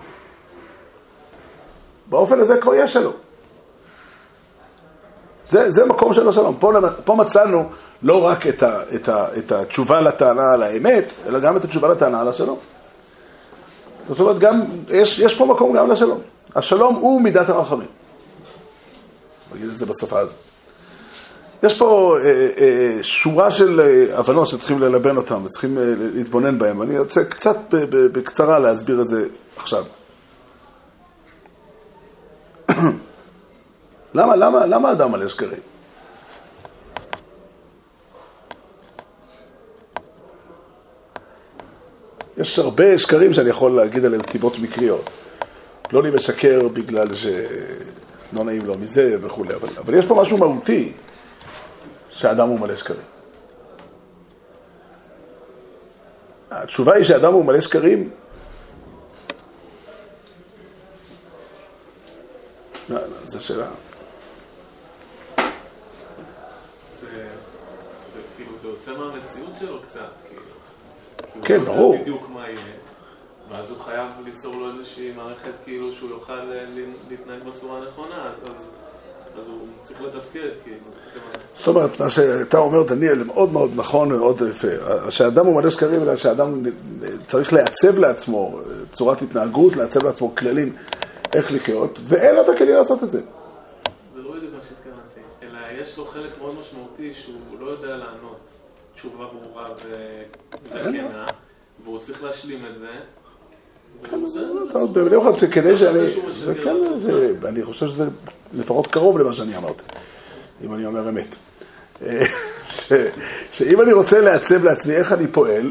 באופן הזה כבר יש שלום. זה מקום של השלום. פה מצאנו לא רק את התשובה לטענה על האמת, אלא גם את התשובה לטענה על השלום. זאת אומרת, יש פה מקום גם לשלום. השלום הוא מידת הרחמים. נגיד את זה בשפה הזאת. יש פה שורה של הבנות שצריכים ללבן אותם וצריכים להתבונן בהם. אני רוצה קצת בקצרה להסביר את זה עכשיו. למה אדם מלא שקרים? יש הרבה שקרים שאני יכול להגיד עליהם סיבות מקריות. לא לי משקר בגלל שלא נעים לו מזה וכו'. אבל יש פה משהו מהותי שהאדם הוא מלא שקרים. התשובה היא שהאדם הוא מלא שקרים. זו שאלה. זה יוצא מהמציאות שלו קצת, כן, ברור. הוא יודע בדיוק מה יהיה, ואז הוא חייב ליצור לו איזושהי מערכת כאילו שהוא יוכל להתנהג בצורה נכונה, אז הוא צריך לתפקד, כאילו. זאת אומרת, מה שאתה אומר, דניאל, מאוד מאוד נכון ומאוד יפה. שהאדם הוא מלא שקרים, אלא שהאדם צריך לעצב לעצמו צורת התנהגות, לעצב לעצמו כללים איך לחיות, ואין לו את הכלים לעשות את זה. זה לא בדיוק מה שהתכוונתי, אלא יש לו חלק מאוד משמעותי שהוא לא יודע לענות תשובה ברורה וכנה, והוא צריך להשלים את זה. במיוחד שכדי שאני... אני חושב שזה לפחות קרוב למה שאני אמרתי, אם אני אומר אמת. שאם אני רוצה לעצב לעצמי איך אני פועל,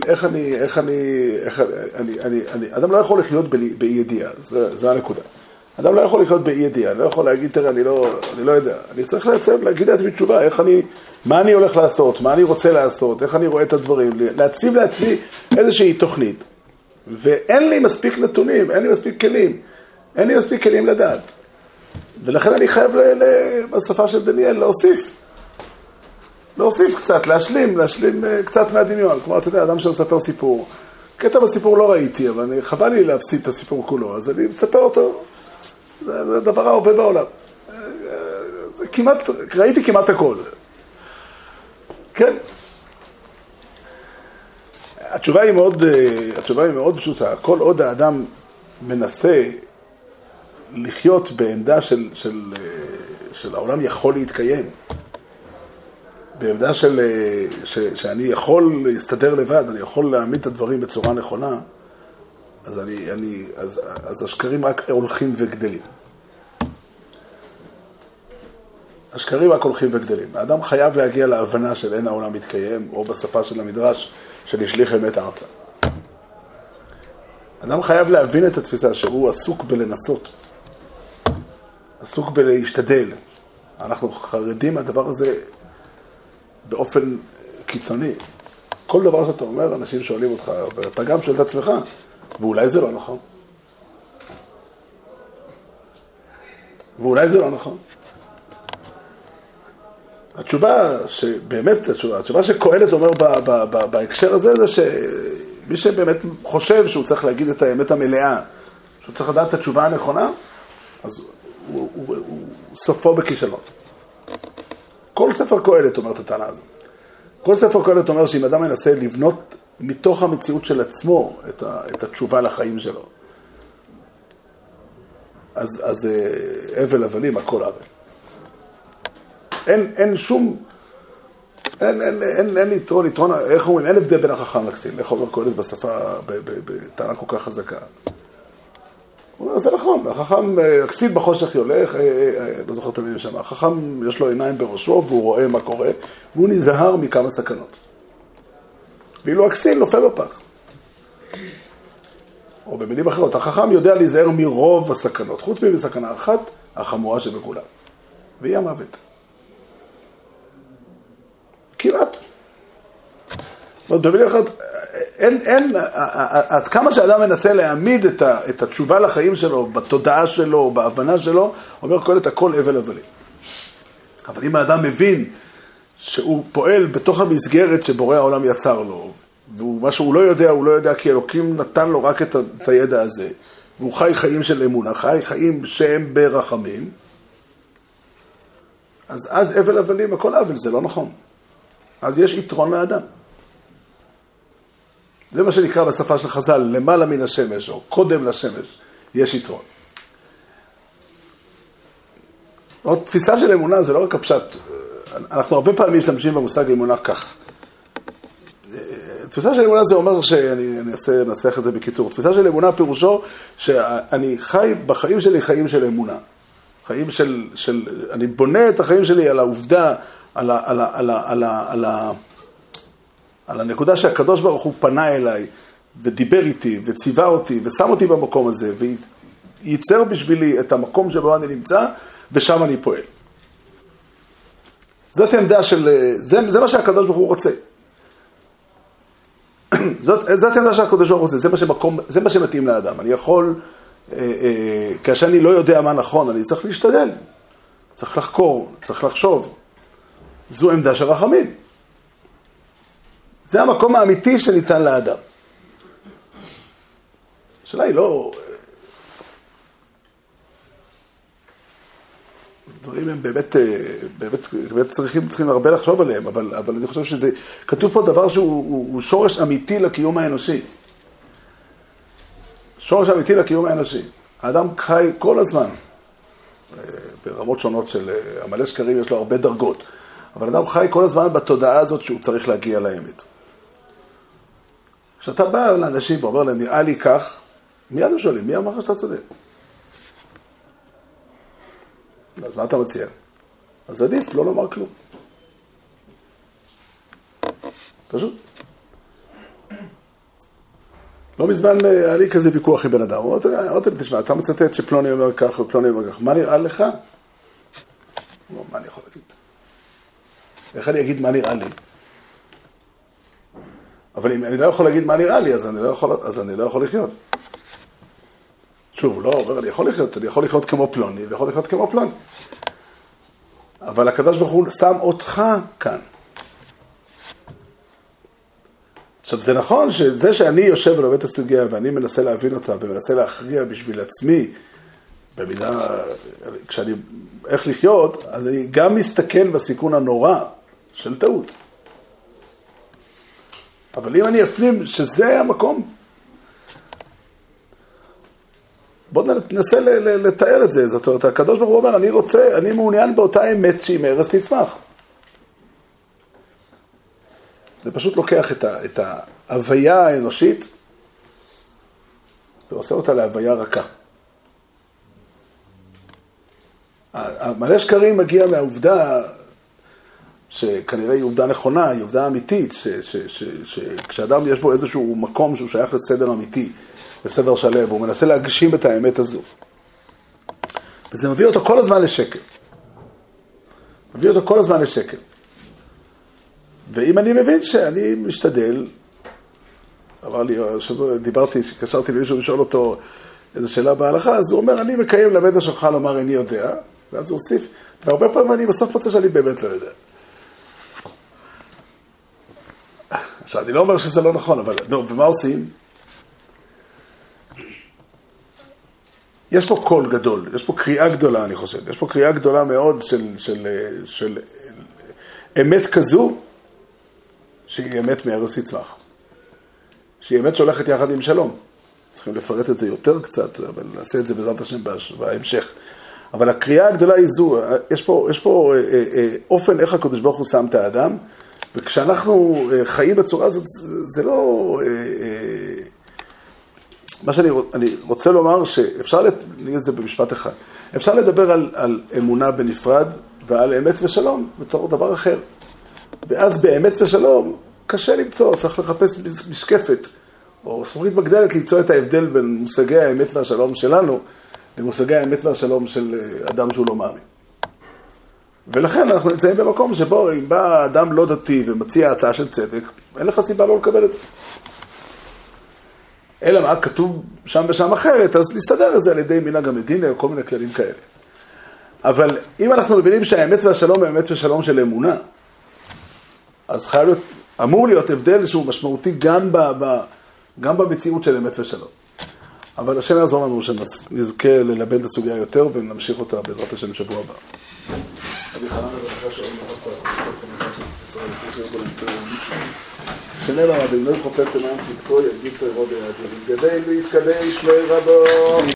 אדם לא יכול לחיות באי ידיעה, זה הנקודה. אדם לא יכול לחיות באי ידיעה, אני לא יכול להגיד, תראה, אני לא יודע. אני צריך לעצב, להגיד לעצמי תשובה, מה אני הולך לעשות, מה אני רוצה לעשות, איך אני רואה את הדברים, להציב לעצמי איזושהי תוכנית. ואין לי מספיק נתונים, אין לי מספיק כלים לדעת. ולכן אני חייב בשפה של דניאל להוסיף קצת, להשלים קצת מהדמיון. כמו אתה יודע, אדם שמספר סיפור. קטע בסיפור לא ראיתי, אבל חבל לי להפסיד את הסיפור כולו, אז אני מספר אותו. זה דבר הרבה בעולם. ראיתי כמעט הכל. כן. התשובה היא מאוד פשוטה. כל עוד האדם מנסה לחיות בעמדה של העולם יכול להתקיים, בעמדה שאני יכול להסתדר לבד, אני יכול להעמיד את הדברים בצורה נכונה, אז השקרים רק הולכים וגדלים. האדם חייב להגיע להבנה של אין העולם מתקיים, או בשפה של המדרש, של השליך אמת ארצה. אדם חייב להבין את התפיסה שהוא עסוק בלנסות, עסוק בלהשתדל. אנחנו חרדים מהדבר הזה באופן קיצוני. כל דבר שאתה אומר, אנשים שואלים אותך, ואתה גם שואל את עצמך, ואולי זה לא נכון. התשובה שקהלת אומר בהקשר הזה, זה שמי שבאמת חושב שהוא צריך להגיד את האמת המלאה, שהוא צריך לדעת את התשובה הנכונה, אז הוא סופו בכישלון. כל ספר קהלת אומר את הטענה הזו. כל ספר קהלת אומר שאם אדם מנסה לבנות מתוך המציאות של עצמו את התשובה לחיים שלו. אז אבל הבלים, הכל אבל. אין שום, אין יתרון, איך אומרים, אין הבדל בין החכם לכסיל, איך אומר קהלת בשפה, בטענה כל כך חזקה. הוא אומר, זה נכון, החכם, הכסיל בחושך יולך, לא זוכר את המילים שם, החכם יש לו עיניים בראשו והוא רואה מה קורה, והוא נזהר מכמה סכנות. ואילו הכסיל נופל בפח. או במילים אחרות, החכם יודע להיזהר מרוב הסכנות, חוץ מסכנה אחת, החמורה שבכולם. והיא המוות. כמעט. במילים אחרות, עד כמה שאדם מנסה להעמיד את התשובה לחיים שלו, בתודעה שלו, בהבנה שלו, אומר קהלת הכל הבל הבלים. אבל אם האדם מבין שהוא פועל בתוך המסגרת שבורא העולם יצר לו, ומה שהוא לא יודע, הוא לא יודע כי אלוקים נתן לו רק את הידע הזה, והוא חי חיים של אמונה, חי חיים שהם ברחמים, אז הבל הבלים, הכל הבל, זה לא נכון. אז יש יתרון לאדם. זה מה שנקרא בשפה של חז"ל, למעלה מן השמש, או קודם לשמש, יש יתרון. עוד תפיסה של אמונה זה לא רק הפשט. אנחנו הרבה פעמים משתמשים במושג אמונה כך. תפיסה של אמונה זה אומר שאני אנסח את זה בקיצור. תפיסה של אמונה פירושו שאני חי בחיים שלי חיים של אמונה. חיים אני בונה את החיים שלי על העובדה, על הנקודה שהקדוש ברוך הוא פנה אליי ודיבר איתי וציווה אותי ושם אותי במקום הזה וייצר בשבילי את המקום שבו אני נמצא ושם אני פועל. זאת עמדה זה מה שהקדוש ברוך הוא רוצה. זאת עמדה שהקדוש ברוך הוא רוצה, זה מה שמתאים לאדם. אני יכול, כאשר אני לא יודע מה נכון, אני צריך להשתדל, צריך לחקור, צריך לחשוב. זו עמדה של רחמים. זה המקום האמיתי שניתן לאדם. השאלה היא לא... דברים הם באמת צריכים הרבה לחשוב עליהם, אבל אני חושב שזה... כתוב פה דבר שהוא שורש אמיתי לקיום האנושי. שורש אמיתי לקיום האנושי. האדם חי כל הזמן, ברמות שונות של... המלא שקרים יש לו הרבה דרגות, אבל האדם חי כל הזמן בתודעה הזאת שהוא צריך להגיע לאמת. כשאתה בא לאנשים ואומר להם, נראה לי כך, מיד הם שואלים, מי אמר לך שאתה צודק? אז מה אתה מציע? אז עדיף לא לומר כלום. פשוט. לא מזמן היה לי כזה ויכוח עם בן אדם. הוא אומר, תשמע, אתה מצטט שפלוני אומר כך ופלוני אומר כך. מה נראה לך? מה אני יכול להגיד? איך אני אגיד מה נראה לי? אבל אם אני לא יכול להגיד מה נראה לי, אז אני לא יכול לחיות. שוב, לא אומר, אני יכול לחיות כמו פלוני, ויכול לחיות כמו פלוני. אבל הקדוש ברוך הוא שם אותך כאן. עכשיו, זה נכון שזה שאני יושב ולומד את הסוגיה, ואני מנסה להבין אותה, ומנסה להכריע בשביל עצמי, במידה, איך לחיות, אז אני גם מסתכל בסיכון הנורא של טעות. אבל אם אני אפנים שזה המקום, בואו ננסה לתאר את זה. זאת אומרת, הקדוש ברוך הוא אומר, אני מעוניין באותה אמת שהיא מארץ תצמח. זה פשוט לוקח את ההוויה האנושית, ועושה אותה להוויה רכה. המלא שקרים מגיע מהעובדה, שכנראה היא עובדה נכונה, היא עובדה אמיתית, שכשאדם יש בו איזשהו מקום שהוא שייך לסדר אמיתי, לסדר שלב, הוא מנסה להגשים את האמת הזו. וזה מביא אותו כל הזמן לשקל. ואם אני מבין שאני משתדל, אמר לי, דיברתי, קשרתי למישהו לשאול אותו איזו שאלה בהלכה, אז הוא אומר, אני מקיים למדע שלך לומר איני יודע, ואז הוא הוסיף, והרבה פעמים אני בסוף מוצא שאני באמת לא יודע. עכשיו, אני לא אומר שזה לא נכון, אבל ומה עושים? יש פה קול גדול, יש פה קריאה גדולה, אני חושב. יש פה קריאה גדולה מאוד של אמת כזו, שהיא אמת מארץ תצמח. שהיא אמת שהולכת יחד עם שלום. צריכים לפרט את זה יותר קצת, אבל נעשה את זה בעזרת השם בהמשך. אבל הקריאה הגדולה היא זו, יש פה אופן איך הקדוש ברוך הוא שם את האדם, וכשאנחנו חיים בצורה הזאת, זה לא... מה שאני רוצה לומר, שאפשר, נגיד את זה במשפט אחד, אפשר לדבר על אמונה בנפרד, ועל אמת ושלום, בתור דבר אחר. ואז באמת ושלום, קשה למצוא, צריך לחפש משקפת, או זכוכית מגדלת למצוא את ההבדל בין מושגי האמת והשלום שלנו, למושגי האמת והשלום של אדם שהוא לא מאמין. ולכן אנחנו נמצאים במקום שבו אם בא אדם לא דתי ומציע הצעה של צדק, אין לך סיבה לא לקבל את זה. אלא מה, כתוב שם ושם אחרת, אז להסתדר את זה על ידי מנהג המדינה או כל מיני כללים כאלה. אבל אם אנחנו מבינים שהאמת והשלום היא האמת ושלום של אמונה, אז אמור להיות הבדל שהוא משמעותי גם במציאות של אמת ושלום. אבל השם יעזור לנו שנזכה ללבן את הסוגיה יותר ונמשיך אותה בעזרת השם שבוע הבא. אבי חנן בבקשה שאול שנאמר, אדוני חופץ למען צדקו, יגיד תורו ביד, יתגדל ויסקדש לא ירבו.